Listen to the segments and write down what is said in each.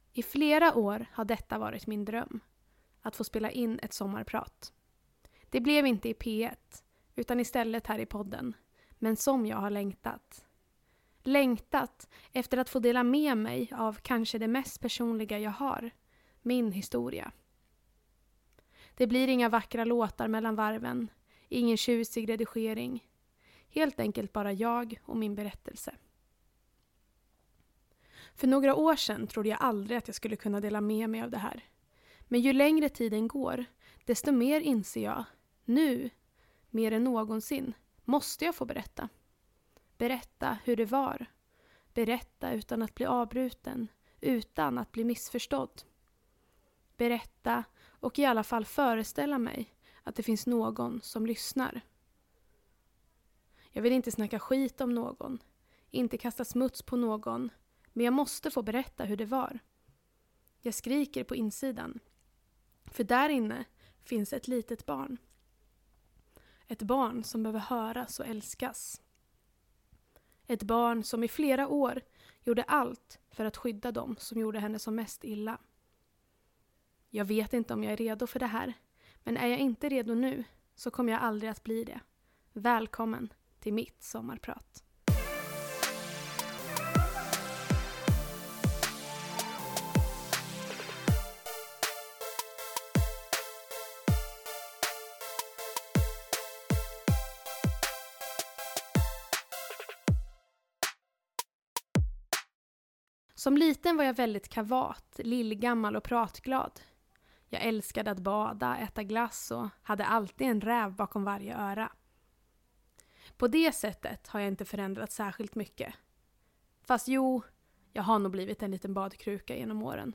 I flera år har detta varit min dröm. Att få spela in ett sommarprat. Det blev inte i P1, utan istället här i podden. Men som jag har längtat. Längtat efter att få dela med mig av kanske det mest personliga jag har. Min historia. Det blir inga vackra låtar mellan varven. Ingen tjusig redigering. Helt enkelt bara jag och min berättelse. För några år sedan trodde jag aldrig att jag skulle kunna dela med mig av det här. Men ju längre tiden går, desto mer inser jag, nu, mer än någonsin, måste jag få berätta. Berätta hur det var. Berätta utan att bli avbruten, utan att bli missförstådd. Berätta och i alla fall föreställa mig att det finns någon som lyssnar. Jag vill inte snacka skit om någon, inte kasta smuts på någon, men jag måste få berätta hur det var. Jag skriker på insidan. För där inne finns ett litet barn. Ett barn som behöver höras och älskas. Ett barn som i flera år gjorde allt för att skydda dem som gjorde henne som mest illa. Jag vet inte om jag är redo för det här, men är jag inte redo nu så kommer jag aldrig att bli det. Välkommen till mitt sommarprat. Som liten var jag väldigt kavat, lillgammal och pratglad. Jag älskade att bada, äta glass och hade alltid en räv bakom varje öra. På det sättet har jag inte förändrats särskilt mycket. Fast jo, jag har nog blivit en liten badkruka genom åren.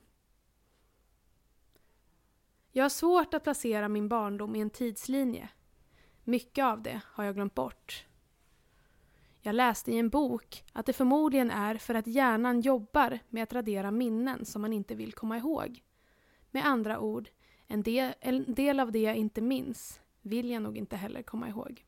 Jag har svårt att placera min barndom i en tidslinje. Mycket av det har jag glömt bort. Jag läste i en bok att det förmodligen är för att hjärnan jobbar med att radera minnen som man inte vill komma ihåg. Med andra ord, en del av det jag inte minns vill jag nog inte heller komma ihåg.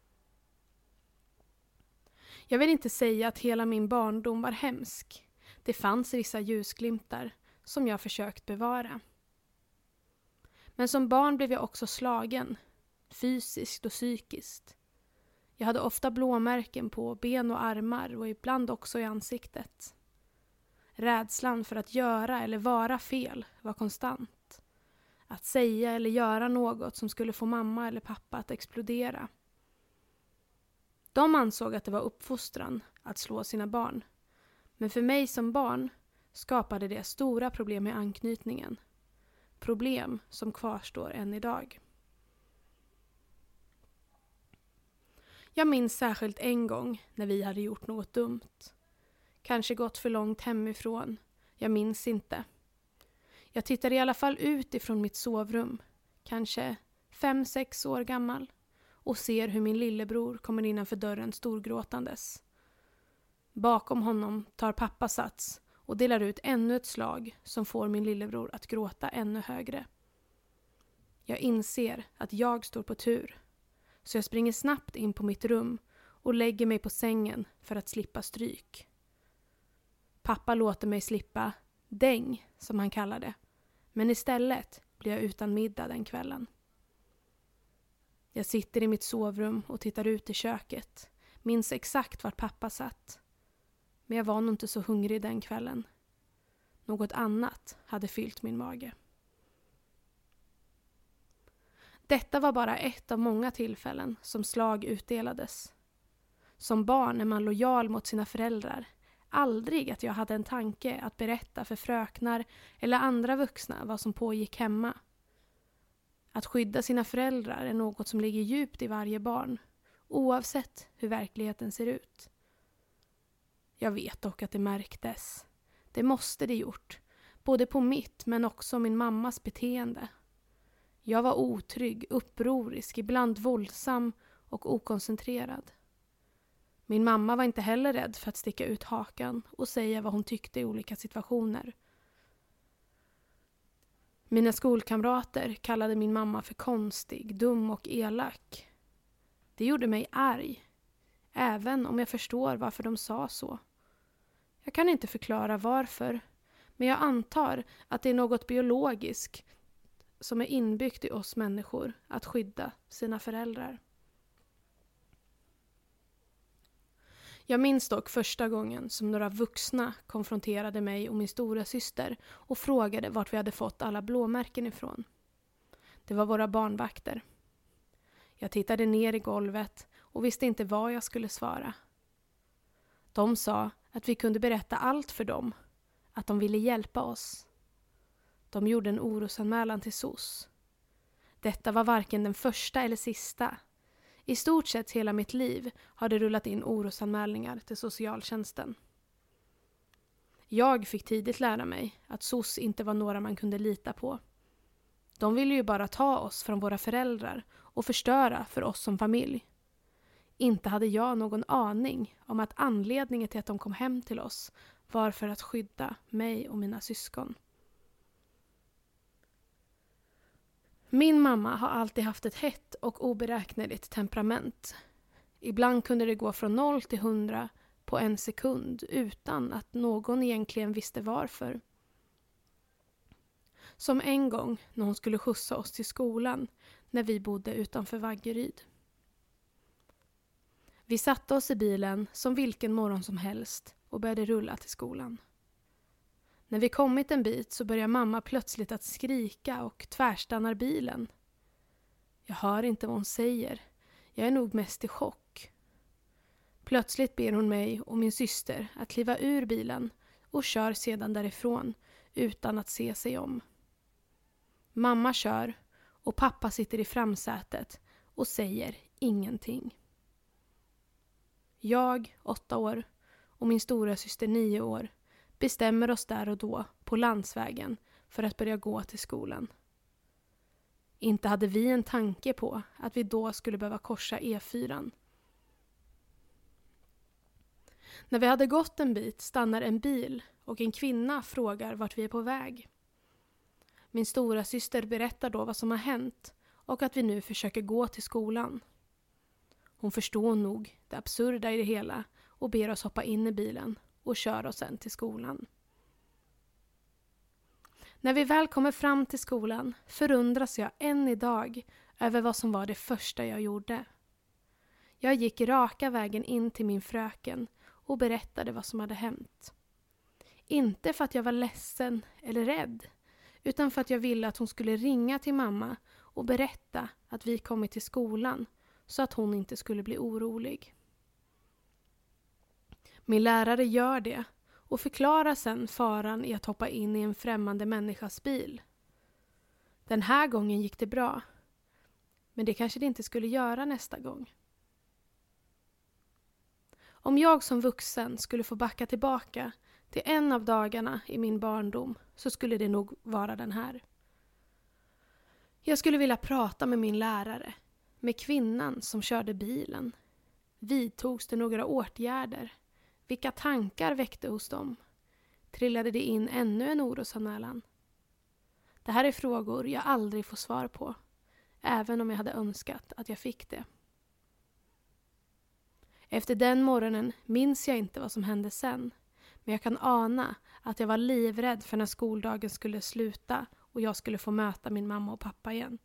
Jag vill inte säga att hela min barndom var hemsk. Det fanns vissa ljusglimtar som jag försökt bevara. Men som barn blev jag också slagen, fysiskt och psykiskt. Jag hade ofta blåmärken på ben och armar och ibland också i ansiktet. Rädslan för att göra eller vara fel var konstant. Att säga eller göra något som skulle få mamma eller pappa att explodera. De ansåg att det var uppfostran att slå sina barn. Men för mig som barn skapade det stora problem med anknytningen. Problem som kvarstår än idag. Jag minns särskilt en gång när vi hade gjort något dumt. Kanske gått för långt hemifrån. Jag minns inte. Jag tittade i alla fall ut ifrån mitt sovrum. Kanske 5-6 år gammal. Och ser hur min lillebror kommer innanför dörren storgråtandes. Bakom honom tar pappa sats och delar ut ännu ett slag som får min lillebror att gråta ännu högre. Jag inser att jag står på tur. Så jag springer snabbt in på mitt rum och lägger mig på sängen för att slippa stryk. Pappa låter mig slippa däng, som han kallar det. Men istället blir jag utan middag den kvällen. Jag sitter i mitt sovrum och tittar ut i köket. Minns exakt vart pappa satt. Men jag var nog inte så hungrig den kvällen. Något annat hade fyllt min mage. Detta var bara ett av många tillfällen som slag utdelades. Som barn är man lojal mot sina föräldrar. Aldrig att jag hade en tanke att berätta för fröknar eller andra vuxna vad som pågick hemma. Att skydda sina föräldrar är något som ligger djupt i varje barn, oavsett hur verkligheten ser ut. Jag vet dock att det märktes. Det måste det gjort, både på mitt men också min mammas beteende. Jag var otrygg, upprorisk, ibland våldsam och okoncentrerad. Min mamma var inte heller rädd för att sticka ut hakan och säga vad hon tyckte i olika situationer. Mina skolkamrater kallade min mamma för konstig, dum och elak. Det gjorde mig arg, även om jag förstår varför de sa så. Jag kan inte förklara varför, Men jag antar att det är något biologiskt som är inbyggt i oss människor att skydda sina föräldrar. Jag minns dock första gången som några vuxna konfronterade mig och min stora syster och frågade vart vi hade fått alla blåmärken ifrån. Det var våra barnvakter. Jag tittade ner i golvet och visste inte vad jag skulle svara. De sa att vi kunde berätta allt för dem, att de ville hjälpa oss. De gjorde en orosanmälan till SOS. Detta var varken den första eller sista. I stort sett hela mitt liv har det rullat in orosanmälningar till socialtjänsten. Jag fick tidigt lära mig att SOS inte var några man kunde lita på. De ville ju bara ta oss från våra föräldrar och förstöra för oss som familj. Inte hade jag någon aning om att anledningen till att de kom hem till oss var för att skydda mig och mina syskon. Min mamma har alltid haft ett hett och oberäkneligt temperament. Ibland kunde det gå från 0 till 100 på en sekund utan att någon egentligen visste varför. Som en gång när hon skulle skjutsa oss till skolan när vi bodde utanför Vaggeryd. Vi satte oss i bilen som vilken morgon som helst och började rulla till skolan. När vi kommit en bit så börjar mamma plötsligt att skrika och tvärstannar bilen. Jag hör inte vad hon säger. Jag är nog mest i chock. Plötsligt ber hon mig och min syster att kliva ur bilen och kör sedan därifrån utan att se sig om. Mamma kör och pappa sitter i framsätet och säger ingenting. Jag, 8 år, och min stora syster 9 år bestämmer oss där och då på landsvägen för att börja gå till skolan. Inte hade vi en tanke på att vi då skulle behöva korsa E4. När vi hade gått en bit stannar en bil och en kvinna frågar vart vi är på väg. Min stora syster berättar då vad som har hänt och att vi nu försöker gå till skolan. Hon förstår nog det absurda i det hela och ber oss hoppa in i bilen och kör oss sen till skolan. När vi väl kommer fram till skolan förundras jag än idag över vad som var det första jag gjorde. Jag gick raka vägen in till min fröken och berättade vad som hade hänt. Inte för att jag var ledsen eller rädd, utan för att jag ville att hon skulle ringa till mamma och berätta att vi kommit till skolan så att hon inte skulle bli orolig. Min lärare gör det och förklarar sen faran i att hoppa in i en främmande människas bil. Den här gången gick det bra, men det kanske det inte skulle göra nästa gång. Om jag som vuxen skulle få backa tillbaka till en av dagarna i min barndom så skulle det nog vara den här. Jag skulle vilja prata med min lärare, med kvinnan som körde bilen. Vidtogs det några åtgärder? Vilka tankar väckte hos dem? Trillade det in ännu en orosanmälan? Det här är frågor jag aldrig får svar på, även om jag hade önskat att jag fick det. Efter den morgonen minns jag inte vad som hände sen, men jag kan ana att jag var livrädd för när skoldagen skulle sluta och jag skulle få möta min mamma och pappa igen.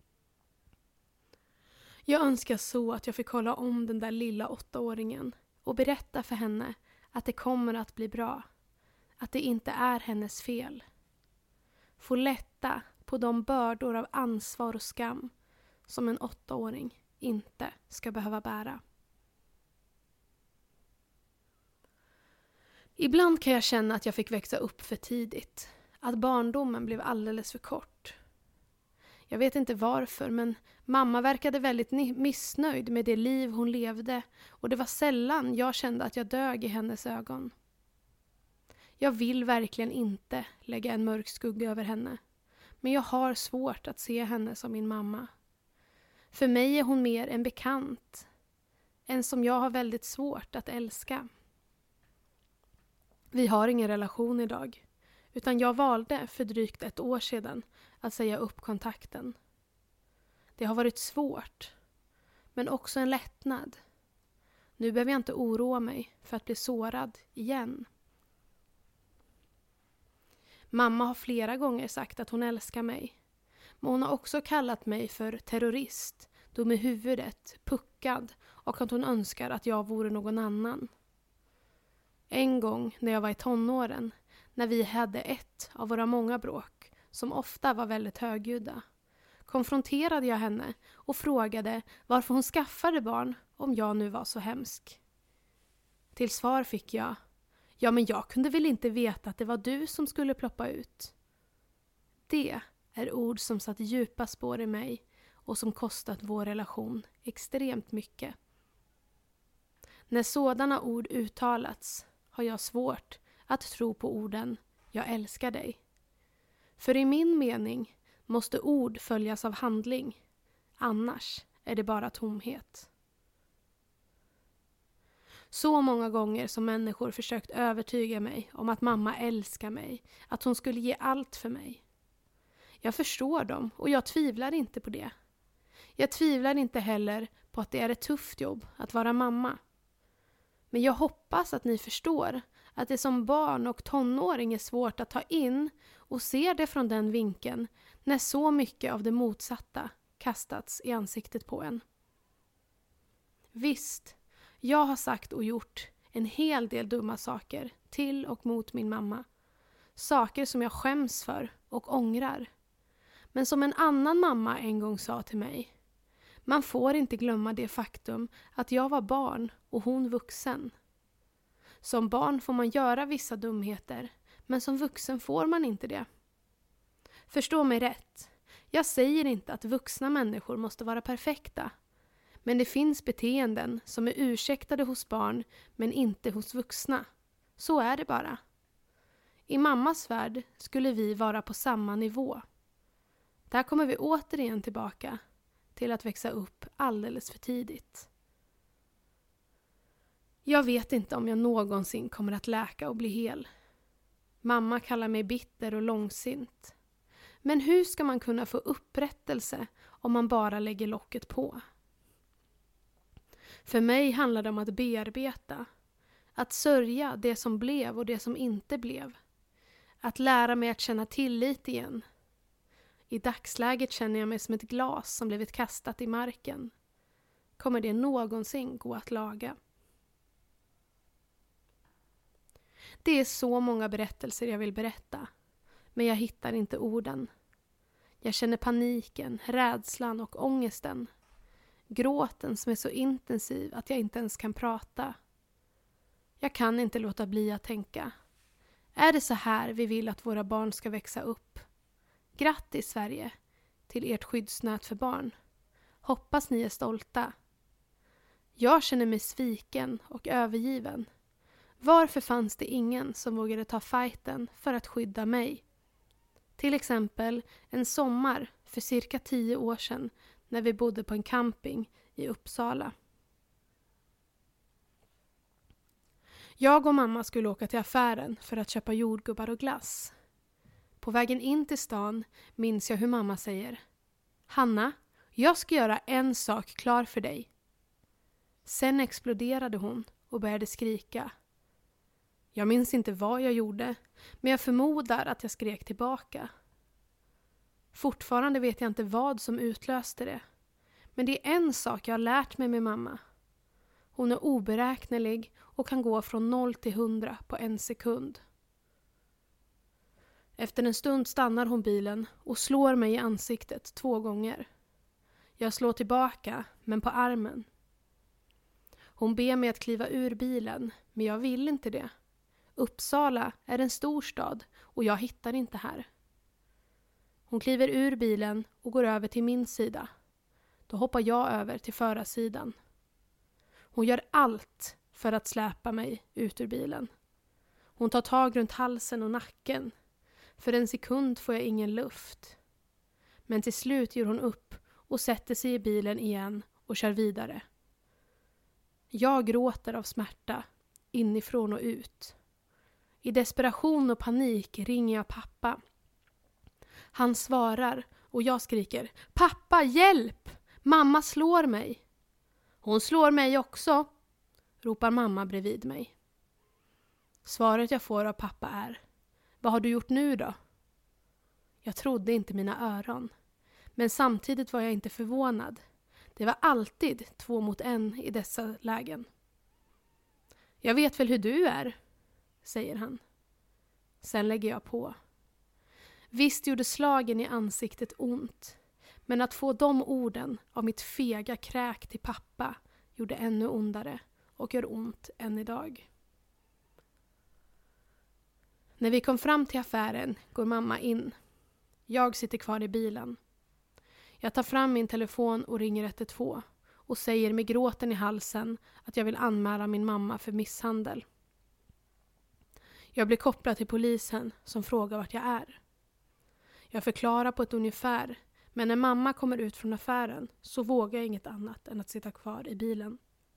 Jag önskar så att jag fick hålla om den där lilla 8-åringen och berätta för henne att det kommer att bli bra, att det inte är hennes fel. Få lätta på de bördor av ansvar och skam som en 8-åring inte ska behöva bära. Ibland kan jag känna att jag fick växa upp för tidigt, att barndomen blev alldeles för kort. Jag vet inte varför, men mamma verkade väldigt missnöjd med det liv hon levde och det var sällan jag kände att jag dög i hennes ögon. Jag vill verkligen inte lägga en mörk skugga över henne, men jag har svårt att se henne som min mamma. För mig är hon mer en bekant, en som jag har väldigt svårt att älska. Vi har ingen relation idag, utan jag valde för drygt 1 år sedan att säga upp kontakten. Det har varit svårt, men också en lättnad. Nu behöver jag inte oroa mig för att bli sårad igen. Mamma har flera gånger sagt att hon älskar mig. Men hon har också kallat mig för terrorist, dum i huvudet, puckad och att hon önskar att jag vore någon annan. En gång när jag var i tonåren, när vi hade ett av våra många bråk, som ofta var väldigt högljudda, konfronterade jag henne och frågade varför hon skaffade barn om jag nu var så hemsk. Till svar fick jag: ja, men jag kunde väl inte veta att det var du som skulle ploppa ut. Det är ord som satt djupa spår i mig och som kostat vår relation extremt mycket. När sådana ord uttalats har jag svårt att tro på orden "jag älskar dig". För i min mening måste ord följas av handling, annars är det bara tomhet. Så många gånger som människor försökt övertyga mig om att mamma älskar mig, att hon skulle ge allt för mig. Jag förstår dem och jag tvivlar inte på det. Jag tvivlar inte heller på att det är ett tufft jobb att vara mamma. Men jag hoppas att ni förstår att det som barn och tonåring är svårt att ta in och se det från den vinkeln när så mycket av det motsatta kastats i ansiktet på en. Visst, jag har sagt och gjort en hel del dumma saker till och mot min mamma. Saker som jag skäms för och ångrar. Men som en annan mamma en gång sa till mig: man får inte glömma det faktum att jag var barn och hon vuxen. Som barn får man göra vissa dumheter, men som vuxen får man inte det. Förstå mig rätt. Jag säger inte att vuxna människor måste vara perfekta. Men det finns beteenden som är ursäktade hos barn men inte hos vuxna. Så är det bara. I mammas värld skulle vi vara på samma nivå. Där kommer vi återigen tillbaka till att växa upp alldeles för tidigt. Jag vet inte om jag någonsin kommer att läka och bli hel. Mamma kallar mig bitter och långsint. Men hur ska man kunna få upprättelse om man bara lägger locket på? För mig handlar det om att bearbeta. Att sörja det som blev och det som inte blev. Att lära mig att känna tillit igen. I dagsläget känner jag mig som ett glas som blivit kastat i marken. Kommer det någonsin gå att laga? Det är så många berättelser jag vill berätta. Men jag hittar inte orden. Jag känner paniken, rädslan och ångesten. Gråten som är så intensiv att jag inte ens kan prata. Jag kan inte låta bli att tänka: är det så här vi vill att våra barn ska växa upp? Grattis Sverige till ert skyddsnät för barn. Hoppas ni är stolta. Jag känner mig sviken och övergiven. Varför fanns det ingen som vågade ta fighten för att skydda mig? Till exempel en sommar för cirka 10 år sedan när vi bodde på en camping i Uppsala. Jag och mamma skulle åka till affären för att köpa jordgubbar och glass. På vägen in till stan minns jag hur mamma säger: Hanna, jag ska göra en sak klar för dig. Sen exploderade hon och började skrika. Jag minns inte vad jag gjorde, men jag förmodar att jag skrek tillbaka. Fortfarande vet jag inte vad som utlöste det. Men det är en sak jag har lärt mig med mamma. Hon är oberäknelig och kan gå från 0 till 100 på 1 sekund. Efter en stund stannar hon bilen och slår mig i ansiktet 2 gånger. Jag slår tillbaka, men på armen. Hon ber mig att kliva ur bilen, men jag vill inte det. Uppsala är en stor stad och jag hittar inte här. Hon kliver ur bilen och går över till min sida. Då hoppar jag över till förarsidan. Hon gör allt för att släpa mig ut ur bilen. Hon tar tag runt halsen och nacken. För en sekund får jag ingen luft. Men till slut ger hon upp och sätter sig i bilen igen och kör vidare. Jag gråter av smärta, inifrån och ut. I desperation och panik ringer jag pappa. Han svarar och jag skriker: Pappa, hjälp! Mamma slår mig. Hon slår mig också, ropar mamma bredvid mig. Svaret jag får av pappa är: Vad har du gjort nu då? Jag trodde inte mina öron. Men samtidigt var jag inte förvånad. Det var alltid 2 mot 1 i dessa lägen. Jag vet väl hur du är, säger han. Sen lägger jag på. Visst gjorde slagen i ansiktet ont. Men att få de orden av mitt fega kräk till pappa gjorde ännu ondare och gör ont än idag. När vi kom fram till affären går mamma in. Jag sitter kvar i bilen. Jag tar fram min telefon och ringer 112 och säger med gråten i halsen att jag vill anmäla min mamma för misshandel. Jag blir kopplad till polisen som frågar vart jag är. Jag förklarar på ett ungefär, men när mamma kommer ut från affären så vågar jag inget annat än att sitta kvar i bilen.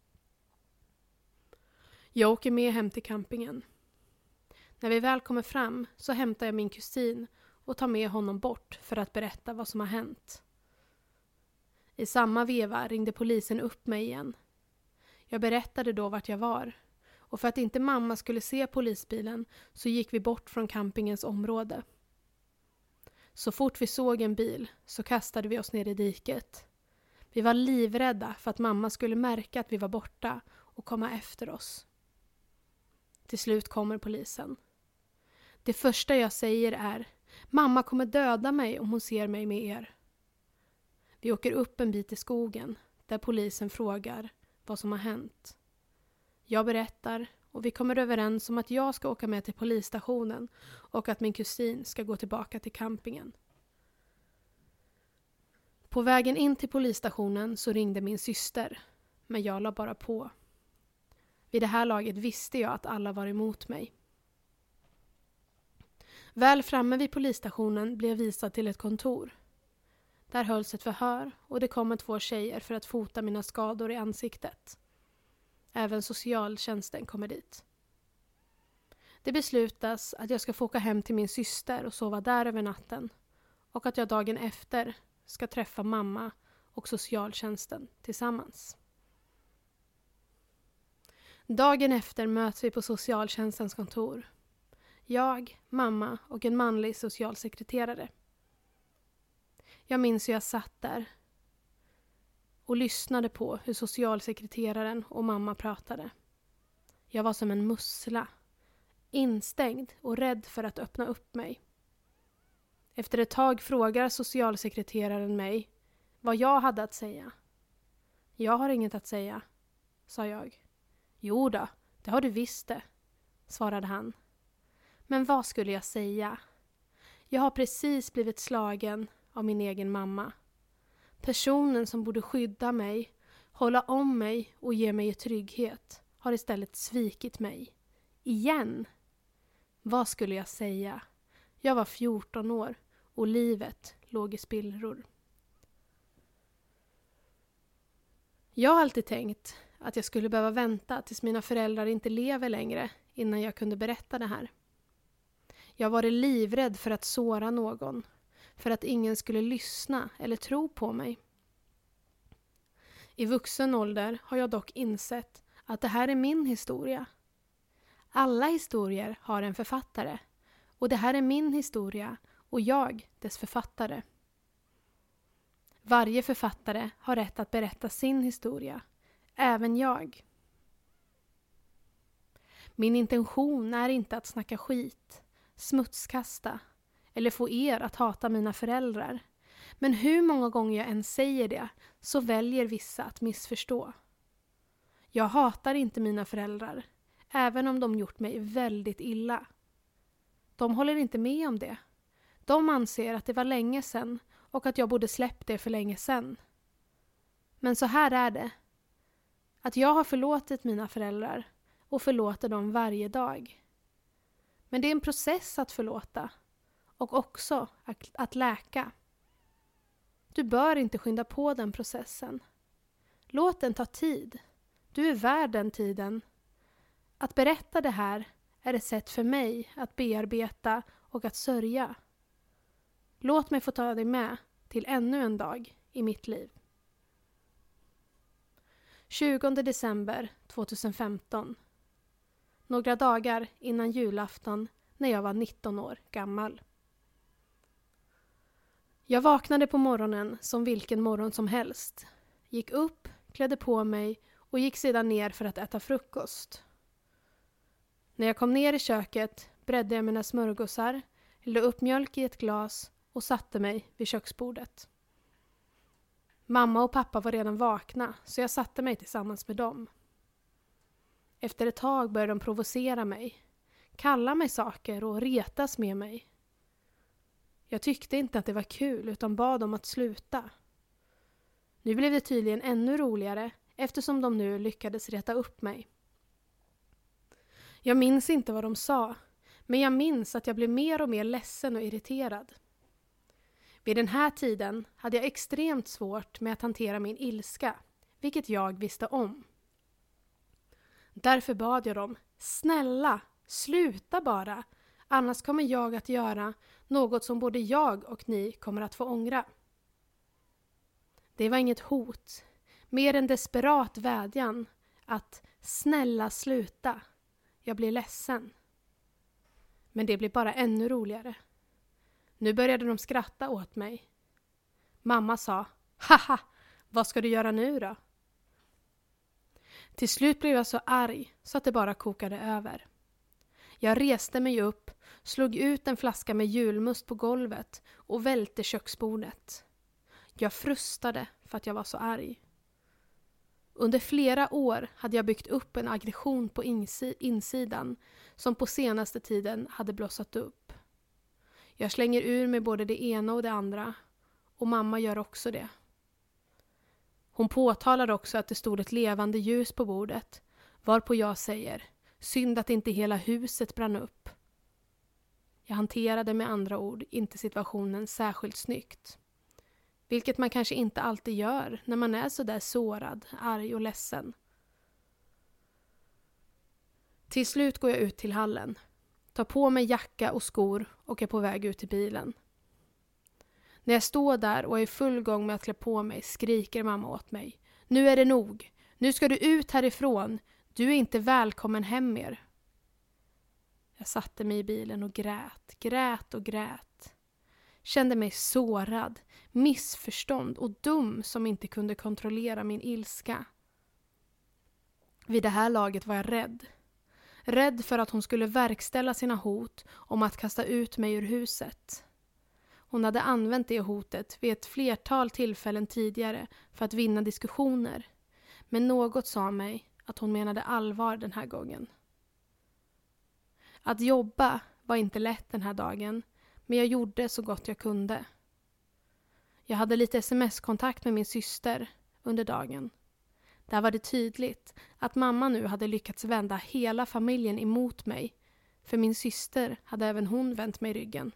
Jag åker med hem till campingen. När vi väl kommer fram så hämtar jag min kusin och tar med honom bort för att berätta vad som har hänt. I samma veva ringde polisen upp mig igen. Jag berättade då vart jag var. Och för att inte mamma skulle se polisbilen så gick vi bort från campingens område. Så fort vi såg en bil så kastade vi oss ner i diket. Vi var livrädda för att mamma skulle märka att vi var borta och komma efter oss. Till slut kommer polisen. Det första jag säger är: mamma kommer döda mig om hon ser mig med er. Vi åker upp en bit i skogen där polisen frågar vad som har hänt. Jag berättar och vi kommer överens om att jag ska åka med till polisstationen och att min kusin ska gå tillbaka till campingen. På vägen in till polisstationen så ringde min syster, men jag la bara på. Vid det här laget visste jag att alla var emot mig. Väl framme vid polisstationen blev jag visad till ett kontor. Där hölls ett förhör och det kommer 2 tjejer för att fota mina skador i ansiktet. Även socialtjänsten kommer dit. Det beslutas att jag ska få åka hem till min syster och sova där över natten och att jag dagen efter ska träffa mamma och socialtjänsten tillsammans. Dagen efter möts vi på socialtjänstens kontor. Jag, mamma och en manlig socialsekreterare. Jag minns hur jag satt där och lyssnade på hur socialsekreteraren och mamma pratade. Jag var som en mussla, instängd och rädd för att öppna upp mig. Efter ett tag frågar socialsekreteraren mig vad jag hade att säga. Jag har inget att säga, sa jag. Jo då, det har du visst det, svarade han. Men vad skulle jag säga? Jag har precis blivit slagen av min egen mamma. Personen som borde skydda mig, hålla om mig och ge mig trygghet har istället svikit mig. Igen! Vad skulle jag säga? Jag var 14 år och livet låg i spillror. Jag har alltid tänkt att jag skulle behöva vänta tills mina föräldrar inte lever längre innan jag kunde berätta det här. Jag var livrädd för att såra någon, för att ingen skulle lyssna eller tro på mig. I vuxen ålder har jag dock insett att det här är min historia. Alla historier har en författare och det här är min historia och jag dess författare. Varje författare har rätt att berätta sin historia, även jag. Min intention är inte att snacka skit, smutskasta eller få er att hata mina föräldrar. Men hur många gånger jag än säger det så väljer vissa att missförstå. Jag hatar inte mina föräldrar, även om de gjort mig väldigt illa. De håller inte med om det. De anser att det var länge sedan och att jag borde släppt det för länge sedan. Men så här är det. Att jag har förlåtit mina föräldrar och förlåter dem varje dag. Men det är en process att förlåta och också att läka. Du bör inte skynda på den processen. Låt den ta tid. Du är värd den tiden. Att berätta det här är ett sätt för mig att bearbeta och att sörja. Låt mig få ta dig med till ännu en dag i mitt liv. 20 december 2015. Några dagar innan julafton när jag var 19 år gammal. Jag vaknade på morgonen som vilken morgon som helst. Gick upp, klädde på mig och gick sedan ner för att äta frukost. När jag kom ner i köket bredde jag mina smörgåsar, hällde upp mjölk i ett glas och satte mig vid köksbordet. Mamma och pappa var redan vakna så jag satte mig tillsammans med dem. Efter ett tag började de provocera mig, kalla mig saker och retas med mig. Jag tyckte inte att det var kul utan bad dem att sluta. Nu blev det tydligen ännu roligare eftersom de nu lyckades reta upp mig. Jag minns inte vad de sa, men jag minns att jag blev mer och mer ledsen och irriterad. Vid den här tiden hade jag extremt svårt med att hantera min ilska, vilket jag visste om. Därför bad jag dem, snälla, sluta bara, annars kommer jag att göra något som både jag och ni kommer att få ångra. Det var inget hot, mer en desperat vädjan att snälla sluta, jag blir ledsen. Men det blev bara ännu roligare. Nu började de skratta åt mig. Mamma sa, haha, vad ska du göra nu då? Till slut blev jag så arg så att det bara kokade över. Jag reste mig upp, slog ut en flaska med julmust på golvet och välte köksbordet. Jag frustade för att jag var så arg. Under flera år hade jag byggt upp en aggression på insidan som på senaste tiden hade blossat upp. Jag slänger ur mig både det ena och det andra och mamma gör också det. Hon påtalar också att det stod ett levande ljus på bordet, varpå jag säger, synd att inte hela huset brann upp. Jag hanterade med andra ord inte situationen särskilt snyggt. Vilket man kanske inte alltid gör när man är så där sårad, arg och ledsen. Till slut går jag ut till hallen, tar på mig jacka och skor och är på väg ut till bilen. När jag står där och är i full gång med att klä på mig skriker mamma åt mig. Nu är det nog. Nu ska du ut härifrån. Du är inte välkommen hem mer. Jag satte mig i bilen och grät. Kände mig sårad, missförstånd och dum som inte kunde kontrollera min ilska. Vid det här laget var jag rädd. Rädd för att hon skulle verkställa sina hot om att kasta ut mig ur huset. Hon hade använt det hotet vid ett flertal tillfällen tidigare för att vinna diskussioner. Men något sa mig att hon menade allvar den här gången. Att jobba var inte lätt den här dagen, men jag gjorde så gott jag kunde. Jag hade lite sms-kontakt med min syster under dagen. Där var det tydligt att mamma nu hade lyckats vända hela familjen emot mig, för min syster hade även hon vänt mig ryggen.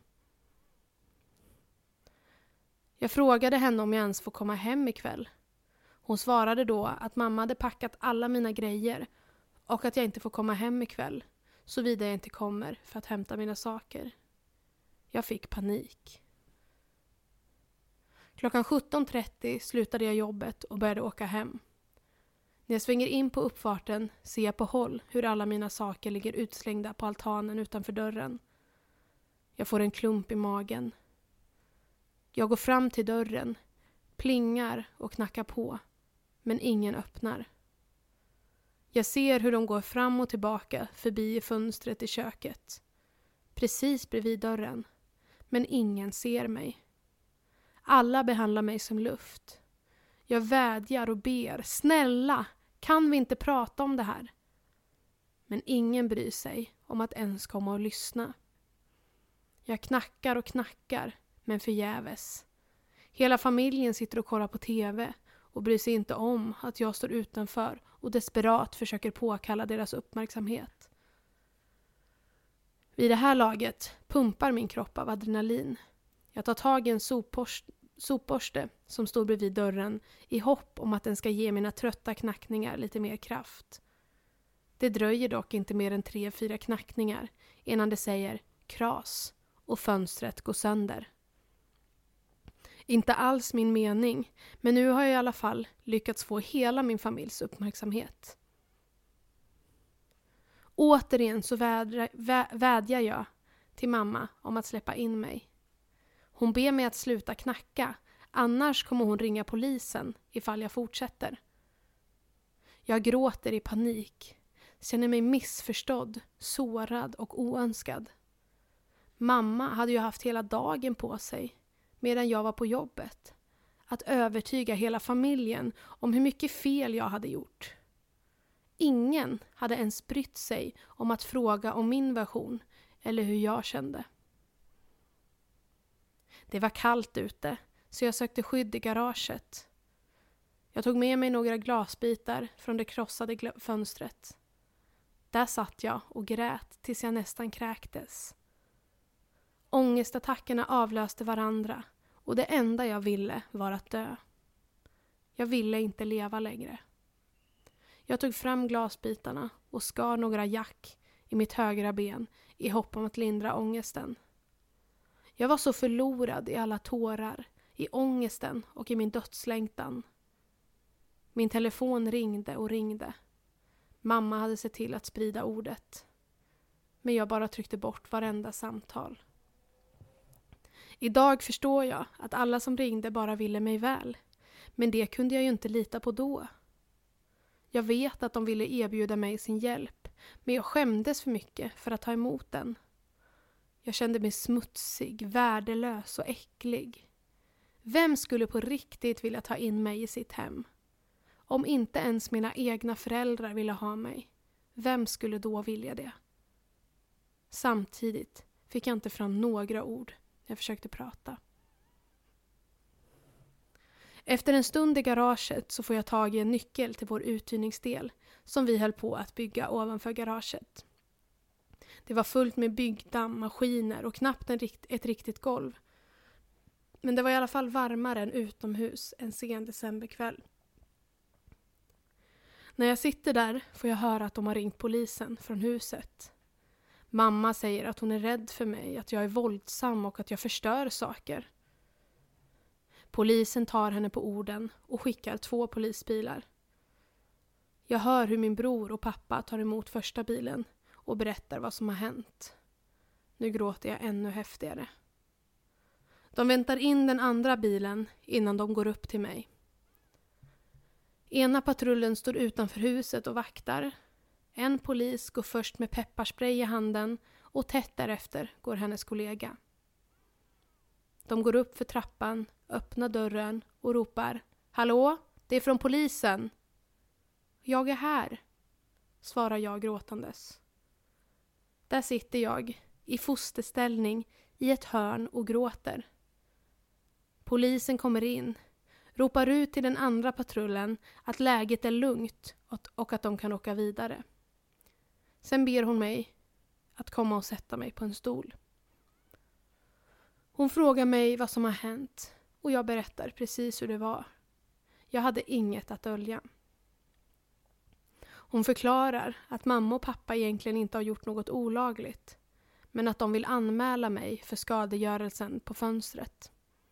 Jag frågade henne om jag ens får komma hem ikväll. Hon svarade då att mamma hade packat alla mina grejer och att jag inte får komma hem ikväll, såvida jag inte kommer för att hämta mina saker. Jag fick panik. Klockan 17:30 slutade jag jobbet och började åka hem. När jag svänger in på uppfarten ser jag på håll hur alla mina saker ligger utslängda på altanen utanför dörren. Jag får en klump i magen. Jag går fram till dörren, plingar och knackar på, men ingen öppnar. Jag ser hur de går fram och tillbaka förbi fönstret i köket. Precis bredvid dörren, men ingen ser mig. Alla behandlar mig som luft. Jag vädjar och ber, snälla, kan vi inte prata om det här? Men ingen bryr sig om att ens komma och lyssna. Jag knackar och knackar, men förgäves. Hela familjen sitter och kollar på TV och bryr sig inte om att jag står utanför och desperat försöker påkalla deras uppmärksamhet. Vid det här laget pumpar min kropp av adrenalin. Jag tar tag i en sopborste som står bredvid dörren i hopp om att den ska ge mina trötta knackningar lite mer kraft. Det dröjer dock inte mer än 3-4 knackningar innan det säger kras och fönstret går sönder. Inte alls min mening, men nu har jag i alla fall lyckats få hela min familjs uppmärksamhet. Återigen så vädjar jag till mamma om att släppa in mig. Hon ber mig att sluta knacka, annars kommer hon ringa polisen ifall jag fortsätter. Jag gråter i panik, känner mig missförstådd, sårad och oönskad. Mamma hade ju haft hela dagen på sig medan jag var på jobbet att övertyga hela familjen om hur mycket fel jag hade gjort. Ingen hade ens brytt sig om att fråga om min version eller hur jag kände. Det var kallt ute, så jag sökte skydd i garaget. Jag tog med mig några glasbitar från det krossade fönstret. Där satt jag och grät tills jag nästan kräktes. Ångestattackerna avlöste varandra och det enda jag ville var att dö. Jag ville inte leva längre. Jag tog fram glasbitarna och skar några jack i mitt högra ben i hopp om att lindra ångesten. Jag var så förlorad i alla tårar, i ångesten och i min dödslängtan. Min telefon ringde och ringde. Mamma hade sett till att sprida ordet. Men jag bara tryckte bort varenda samtal. Idag förstår jag att alla som ringde bara ville mig väl. Men det kunde jag ju inte lita på då. Jag vet att de ville erbjuda mig sin hjälp, men jag skämdes för mycket för att ta emot den. Jag kände mig smutsig, värdelös och äcklig. Vem skulle på riktigt vilja ta in mig i sitt hem? Om inte ens mina egna föräldrar ville ha mig, vem skulle då vilja det? Samtidigt fick jag inte fram några ord när jag försökte prata. Efter en stund i garaget så får jag tag i en nyckel till vår uthyrningsdel som vi höll på att bygga ovanför garaget. Det var fullt med byggdamm, maskiner och knappt ett riktigt golv. Men det var i alla fall varmare än utomhus en sen decemberkväll. När jag sitter där får jag höra att de har ringt polisen från huset. Mamma säger att hon är rädd för mig, att jag är våldsam och att jag förstör saker. Polisen tar henne på orden och skickar 2 polisbilar. Jag hör hur min bror och pappa tar emot första bilen och berättar vad som har hänt. Nu gråter jag ännu häftigare. De väntar in den andra bilen innan de går upp till mig. Ena patrullen står utanför huset och vaktar. En polis går först med pepparspray i handen och tätt därefter går hennes kollega. De går upp för trappan, öppnar dörren och ropar: "Hallå, det är från polisen." "Jag är här", svarar jag gråtandes. Där sitter jag, i fosterställning, i ett hörn och gråter. Polisen kommer in, ropar ut till den andra patrullen att läget är lugnt och att de kan åka vidare. Sen ber hon mig att komma och sätta mig på en stol. Hon frågar mig vad som har hänt och jag berättar precis hur det var. Jag hade inget att dölja. Hon förklarar att mamma och pappa egentligen inte har gjort något olagligt, men att de vill anmäla mig för skadegörelsen på fönstret.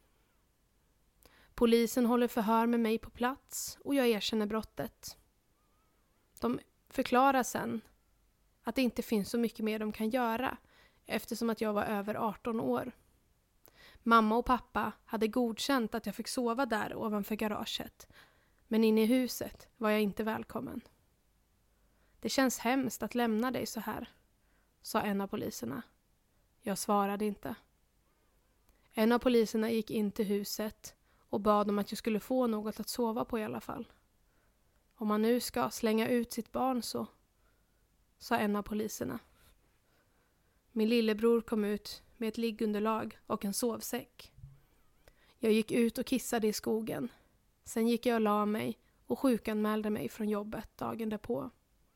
Polisen håller förhör med mig på plats och jag erkänner brottet. De förklarar sen att det inte finns så mycket mer de kan göra eftersom att jag var över 18 år. Mamma och pappa hade godkänt att jag fick sova där ovanför garaget, men inne i huset var jag inte välkommen. "Det känns hemskt att lämna dig så här", sa en av poliserna. Jag svarade inte. En av poliserna gick in till huset och bad om att jag skulle få något att sova på i alla fall. "Om man nu ska slänga ut sitt barn så", sa en av poliserna. Min lillebror kom ut med ett liggunderlag och en sovsäck. Jag gick ut och kissade i skogen. Sen gick jag och la mig och sjukanmälde mig från jobbet dagen därpå.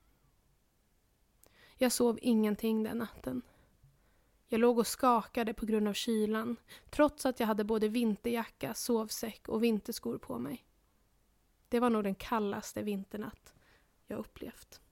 Jag sov ingenting den natten. Jag låg och skakade på grund av kylan, trots att jag hade både vinterjacka, sovsäck och vinterskor på mig. Det var nog den kallaste vinternatt jag upplevt.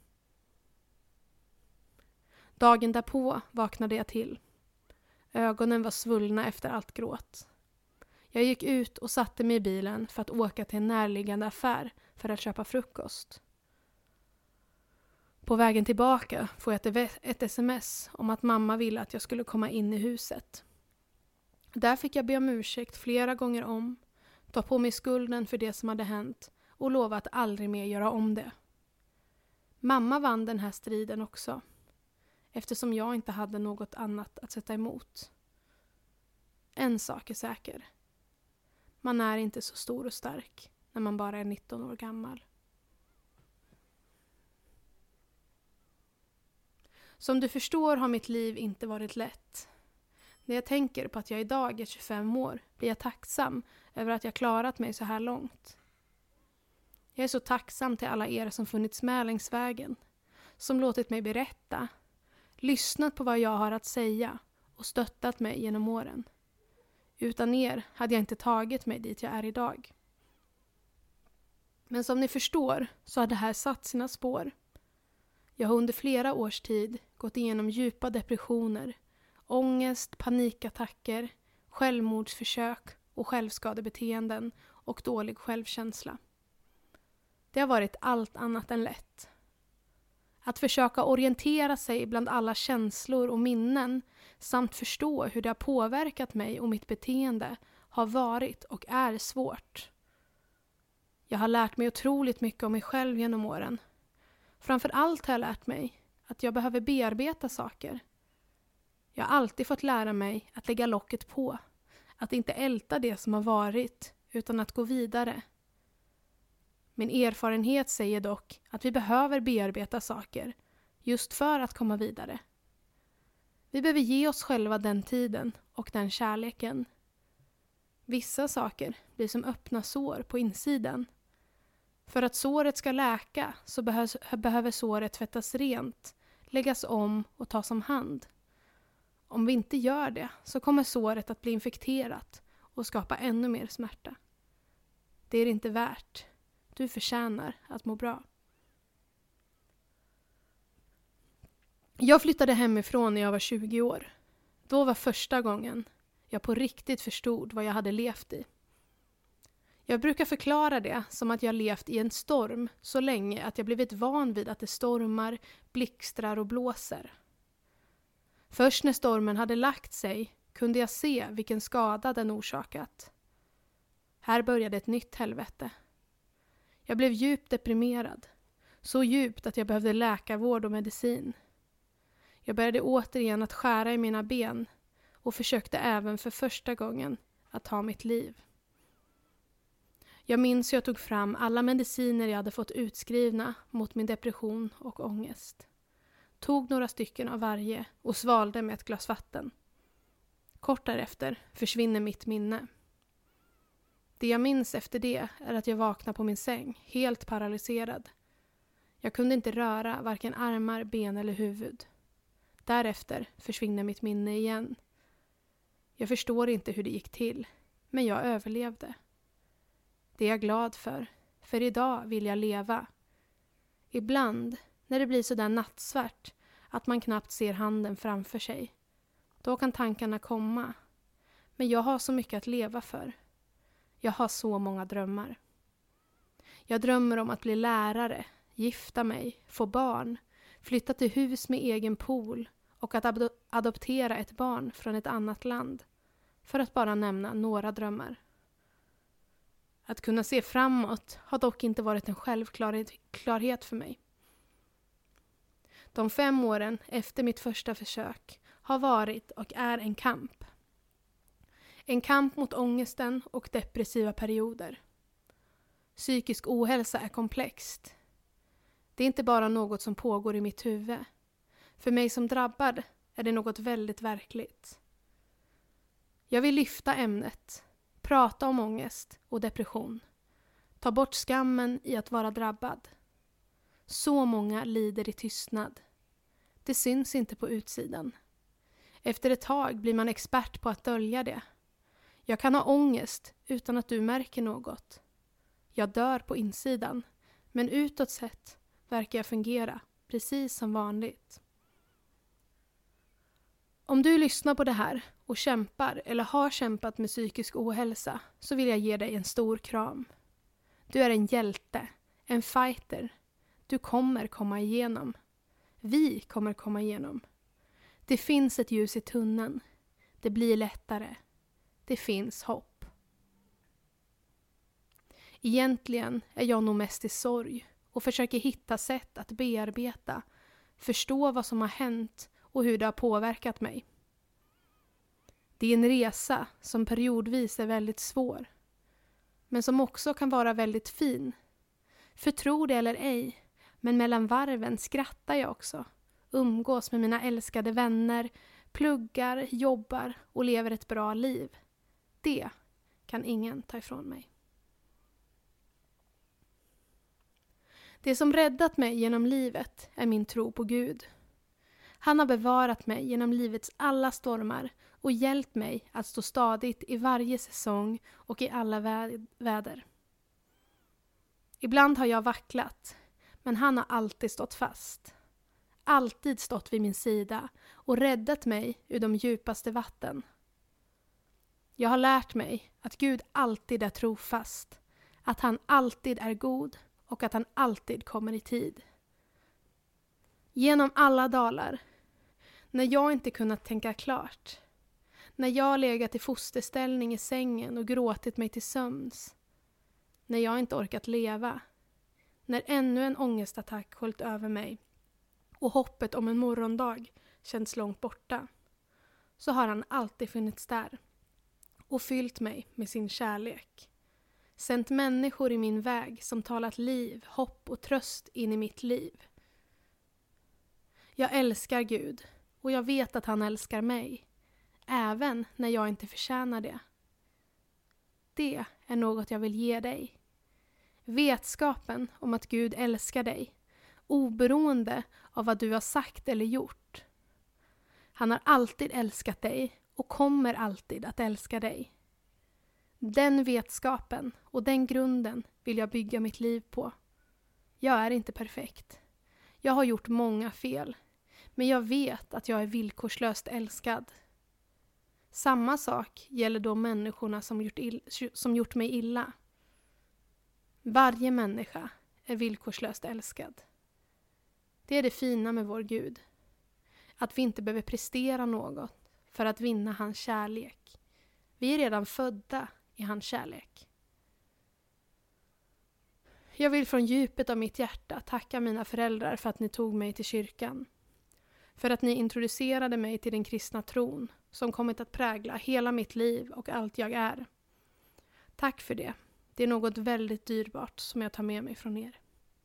Dagen därpå vaknade jag till. Ögonen var svullna efter allt gråt. Jag gick ut och satte mig i bilen för att åka till en närliggande affär för att köpa frukost. På vägen tillbaka får jag ett sms om att mamma ville att jag skulle komma in i huset. Där fick jag be om ursäkt flera gånger om, ta på mig skulden för det som hade hänt och lova att aldrig mer göra om det. Mamma vann den här striden också, eftersom jag inte hade något annat att sätta emot. En sak är säker. Man är inte så stor och stark när man bara är 19 år gammal. Som du förstår har mitt liv inte varit lätt. När jag tänker på att jag idag är 25 år blir jag tacksam över att jag klarat mig så här långt. Jag är så tacksam till alla er som funnits med längs vägen, som låtit mig berätta, lyssnat på vad jag har att säga och stöttat mig genom åren. Utan er hade jag inte tagit mig dit jag är idag. Men som ni förstår så har det här satt sina spår. Jag har under flera års tid gått igenom djupa depressioner, ångest, panikattacker, självmordsförsök och självskadebeteenden och dålig självkänsla. Det har varit allt annat än lätt. Att försöka orientera sig bland alla känslor och minnen samt förstå hur det har påverkat mig och mitt beteende har varit och är svårt. Jag har lärt mig otroligt mycket om mig själv genom åren. Framför allt har jag lärt mig att jag behöver bearbeta saker. Jag har alltid fått lära mig att lägga locket på, att inte älta det som har varit utan att gå vidare. Min erfarenhet säger dock att vi behöver bearbeta saker just för att komma vidare. Vi behöver ge oss själva den tiden och den kärleken. Vissa saker blir som öppna sår på insidan. För att såret ska läka så behöver såret tvättas rent, läggas om och tas om hand. Om vi inte gör det så kommer såret att bli infekterat och skapa ännu mer smärta. Det är det inte värt. Du förtjänar att må bra. Jag flyttade hemifrån när jag var 20 år. Då var första gången jag på riktigt förstod vad jag hade levt i. Jag brukar förklara det som att jag levt i en storm så länge att jag blivit van vid att det stormar, blixtrar och blåser. Först när stormen hade lagt sig kunde jag se vilken skada den orsakat. Här började ett nytt helvete. Jag blev djupt deprimerad. Så djupt att jag behövde läkarvård och medicin. Jag började återigen att skära i mina ben och försökte även för första gången att ta mitt liv. Jag minns hur jag tog fram alla mediciner jag hade fått utskrivna mot min depression och ångest. Tog några stycken av varje och svalde med ett glas vatten. Kort därefter försvinner mitt minne. Det jag minns efter det är att jag vaknade på min säng, helt paralyserad. Jag kunde inte röra varken armar, ben eller huvud. Därefter försvinner mitt minne igen. Jag förstår inte hur det gick till, men jag överlevde. Det är jag glad för idag vill jag leva. Ibland, när det blir så där nattsvart att man knappt ser handen framför sig, då kan tankarna komma. Men jag har så mycket att leva för. Jag har så många drömmar. Jag drömmer om att bli lärare, gifta mig, få barn, flytta till hus med egen pool och att adoptera ett barn från ett annat land. För att bara nämna några drömmar. Att kunna se framåt har dock inte varit en självklarhet för mig. De 5 åren efter mitt första försök har varit och är en kamp. En kamp mot ångesten och depressiva perioder. Psykisk ohälsa är komplext. Det är inte bara något som pågår i mitt huvud. För mig som drabbad är det något väldigt verkligt. Jag vill lyfta ämnet, prata om ångest och depression. Ta bort skammen i att vara drabbad. Så många lider i tystnad. Det syns inte på utsidan. Efter ett tag blir man expert på att dölja det. Jag kan ha ångest utan att du märker något. Jag dör på insidan, men utåt sett verkar jag fungera precis som vanligt. Om du lyssnar på det här och kämpar eller har kämpat med psykisk ohälsa så vill jag ge dig en stor kram. Du är en hjälte, en fighter. Du kommer komma igenom. Vi kommer komma igenom. Det finns ett ljus i tunneln. Det blir lättare. Det finns hopp. Egentligen är jag nog mest i sorg och försöker hitta sätt att bearbeta, förstå vad som har hänt och hur det har påverkat mig. Det är en resa som periodvis är väldigt svår, men som också kan vara väldigt fin. För tro det eller ej, men mellan varven skrattar jag också, umgås med mina älskade vänner, pluggar, jobbar och lever ett bra liv. Det kan ingen ta ifrån mig. Det som räddat mig genom livet är min tro på Gud. Han har bevarat mig genom livets alla stormar och hjälpt mig att stå stadigt i varje säsong och i alla väder. Ibland har jag vacklat, men han har alltid stått fast. Alltid stått vid min sida och räddat mig ur de djupaste vatten. Jag har lärt mig att Gud alltid är trofast, att han alltid är god och att han alltid kommer i tid. Genom alla dalar, när jag inte kunnat tänka klart, när jag legat i fosterställning i sängen och gråtit mig till sömns, när jag inte orkat leva, när ännu en ångestattack hållit över mig och hoppet om en morgondag känns långt borta, så har han alltid funnits där och fyllt mig med sin kärlek. Sänt människor i min väg som talat liv, hopp och tröst in i mitt liv. Jag älskar Gud och jag vet att han älskar mig, även när jag inte förtjänar det. Det är något jag vill ge dig. Vetskapen om att Gud älskar dig, oberoende av vad du har sagt eller gjort. Han har alltid älskat dig och kommer alltid att älska dig. Den vetskapen och den grunden vill jag bygga mitt liv på. Jag är inte perfekt. Jag har gjort många fel, men jag vet att jag är villkorslöst älskad. Samma sak gäller då människorna som gjort mig illa. Varje människa är villkorslöst älskad. Det är det fina med vår Gud. Att vi inte behöver prestera något för att vinna hans kärlek. Vi är redan födda i hans kärlek. Jag vill från djupet av mitt hjärta tacka mina föräldrar för att ni tog mig till kyrkan. För att ni introducerade mig till den kristna tron som kommit att prägla hela mitt liv och allt jag är. Tack för det. Det är något väldigt dyrbart som jag tar med mig från er.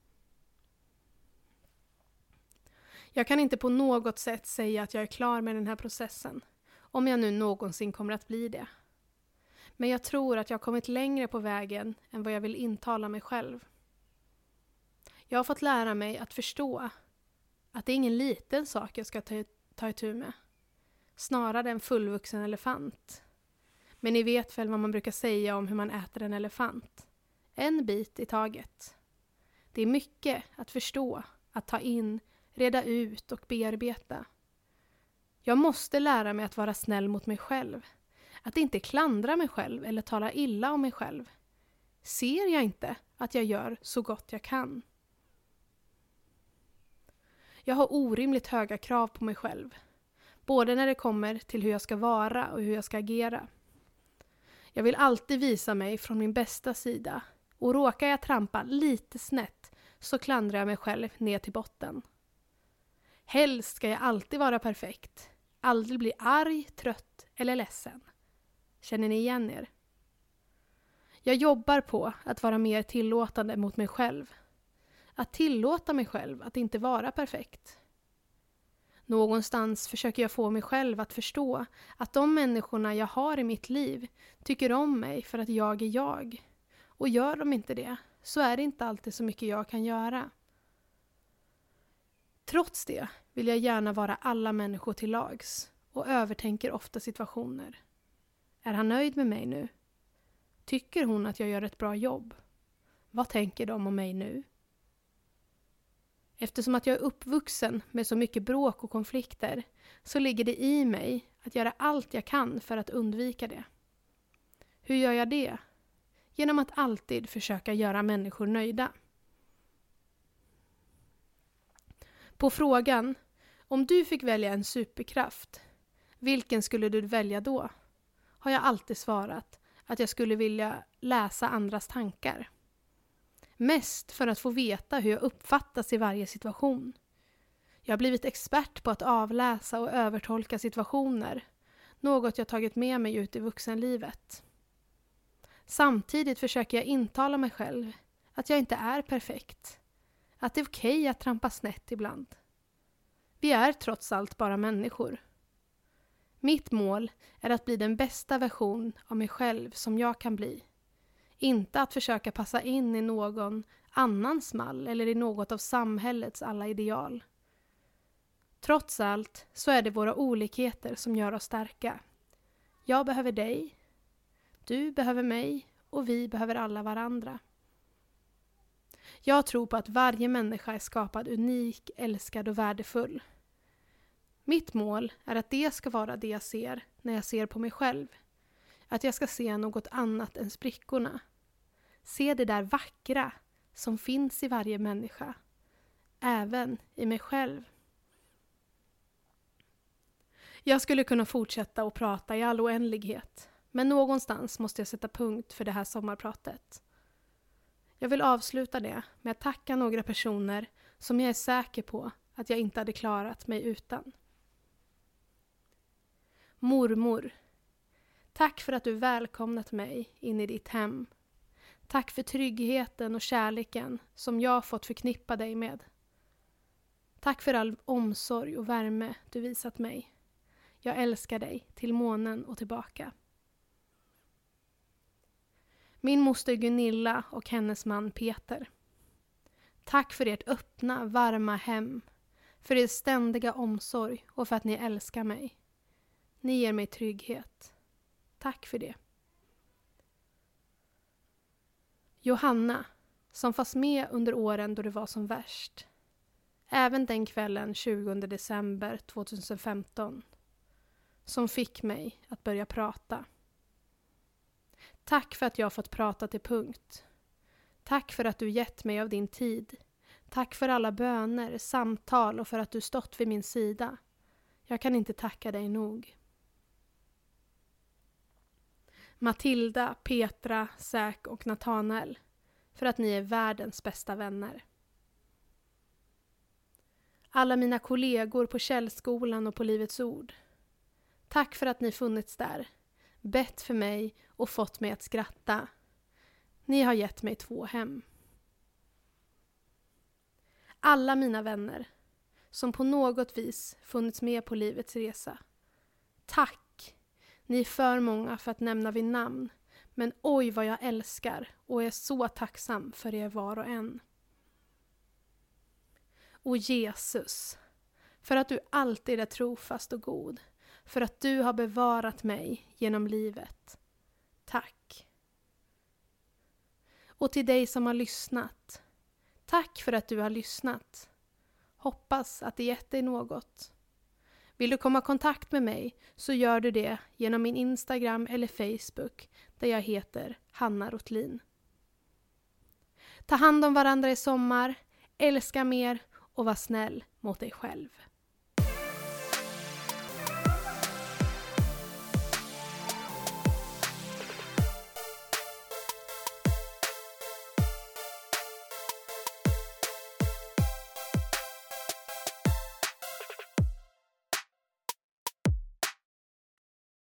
Jag kan inte på något sätt säga att jag är klar med den här processen, om jag nu någonsin kommer att bli det. Men jag tror att jag har kommit längre på vägen än vad jag vill intala mig själv. Jag har fått lära mig att förstå att det är ingen liten sak jag ska ta itu med. Snarare en fullvuxen elefant. Men ni vet väl vad man brukar säga om hur man äter en elefant. En bit i taget. Det är mycket att förstå, att ta in, reda ut och bearbeta. Jag måste lära mig att vara snäll mot mig själv. Att inte klandra mig själv eller tala illa om mig själv. Ser jag inte att jag gör så gott jag kan? Jag har orimligt höga krav på mig själv. Både när det kommer till hur jag ska vara och hur jag ska agera. Jag vill alltid visa mig från min bästa sida. Och råkar jag trampa lite snett så klandrar jag mig själv ner till botten. Helst ska jag alltid vara perfekt. Aldrig bli arg, trött eller ledsen. Känner ni igen er? Jag jobbar på att vara mer tillåtande mot mig själv. Att tillåta mig själv att inte vara perfekt. Någonstans försöker jag få mig själv att förstå att de människorna jag har i mitt liv tycker om mig för att jag är jag. Och gör de inte det så är det inte alltid så mycket jag kan göra. Trots det vill jag gärna vara alla människor till lags och övertänker ofta situationer. Är han nöjd med mig nu? Tycker hon att jag gör ett bra jobb? Vad tänker de om mig nu? Eftersom att jag är uppvuxen med så mycket bråk och konflikter så ligger det i mig att göra allt jag kan för att undvika det. Hur gör jag det? Genom att alltid försöka göra människor nöjda. På frågan, om du fick välja en superkraft, vilken skulle du välja då? Har jag alltid svarat att jag skulle vilja läsa andras tankar. Mest för att få veta hur jag uppfattas i varje situation. Jag har blivit expert på att avläsa och övertolka situationer, något jag tagit med mig ut i vuxenlivet. Samtidigt försöker jag intala mig själv att jag inte är perfekt, att det är okej att trampa snett ibland. Vi är trots allt bara människor. Mitt mål är att bli den bästa version av mig själv som jag kan bli. Inte att försöka passa in i någon annans mall eller i något av samhällets alla ideal. Trots allt så är det våra olikheter som gör oss starka. Jag behöver dig, du behöver mig och vi behöver alla varandra. Jag tror på att varje människa är skapad unik, älskad och värdefull. Mitt mål är att det ska vara det jag ser när jag ser på mig själv. Att jag ska se något annat än sprickorna. Se det där vackra som finns i varje människa. Även i mig själv. Jag skulle kunna fortsätta att prata i all oändlighet. Men någonstans måste jag sätta punkt för det här sommarpratet. Jag vill avsluta det med att tacka några personer som jag är säker på att jag inte hade klarat mig utan. Mormor. Tack för att du välkomnat mig in i ditt hem. Tack för tryggheten och kärleken som jag fått förknippa dig med. Tack för all omsorg och värme du visat mig. Jag älskar dig till månen och tillbaka. Min moster Gunilla och hennes man Peter. Tack för ert öppna, varma hem. För er ständiga omsorg och för att ni älskar mig. Ni ger mig trygghet. Tack för det. Johanna, som fanns med under åren då det var som värst. Även den kvällen 20 december 2015. Som fick mig att börja prata. Tack för att jag fått prata till punkt. Tack för att du gett mig av din tid. Tack för alla böner, samtal och för att du stått vid min sida. Jag kan inte tacka dig nog. Matilda, Petra, Säk och Nathanael. För att ni är världens bästa vänner. Alla mina kollegor på Källskolan och på Livets Ord. Tack för att ni funnits där. Bett för mig och fått mig att skratta. Ni har gett mig 2 hem. Alla mina vänner som på något vis funnits med på livets resa. Tack! Ni är för många för att nämna vid namn. Men oj vad jag älskar och är så tacksam för er var och en. Och Jesus, för att du alltid är trofast och god. För att du har bevarat mig genom livet. Tack. Och till dig som har lyssnat. Tack för att du har lyssnat. Hoppas att det gett dig något. Vill du komma i kontakt med mig så gör du det genom min Instagram eller Facebook där jag heter Hanna Rotlin. Ta hand om varandra i sommar, älska mer och var snäll mot dig själv.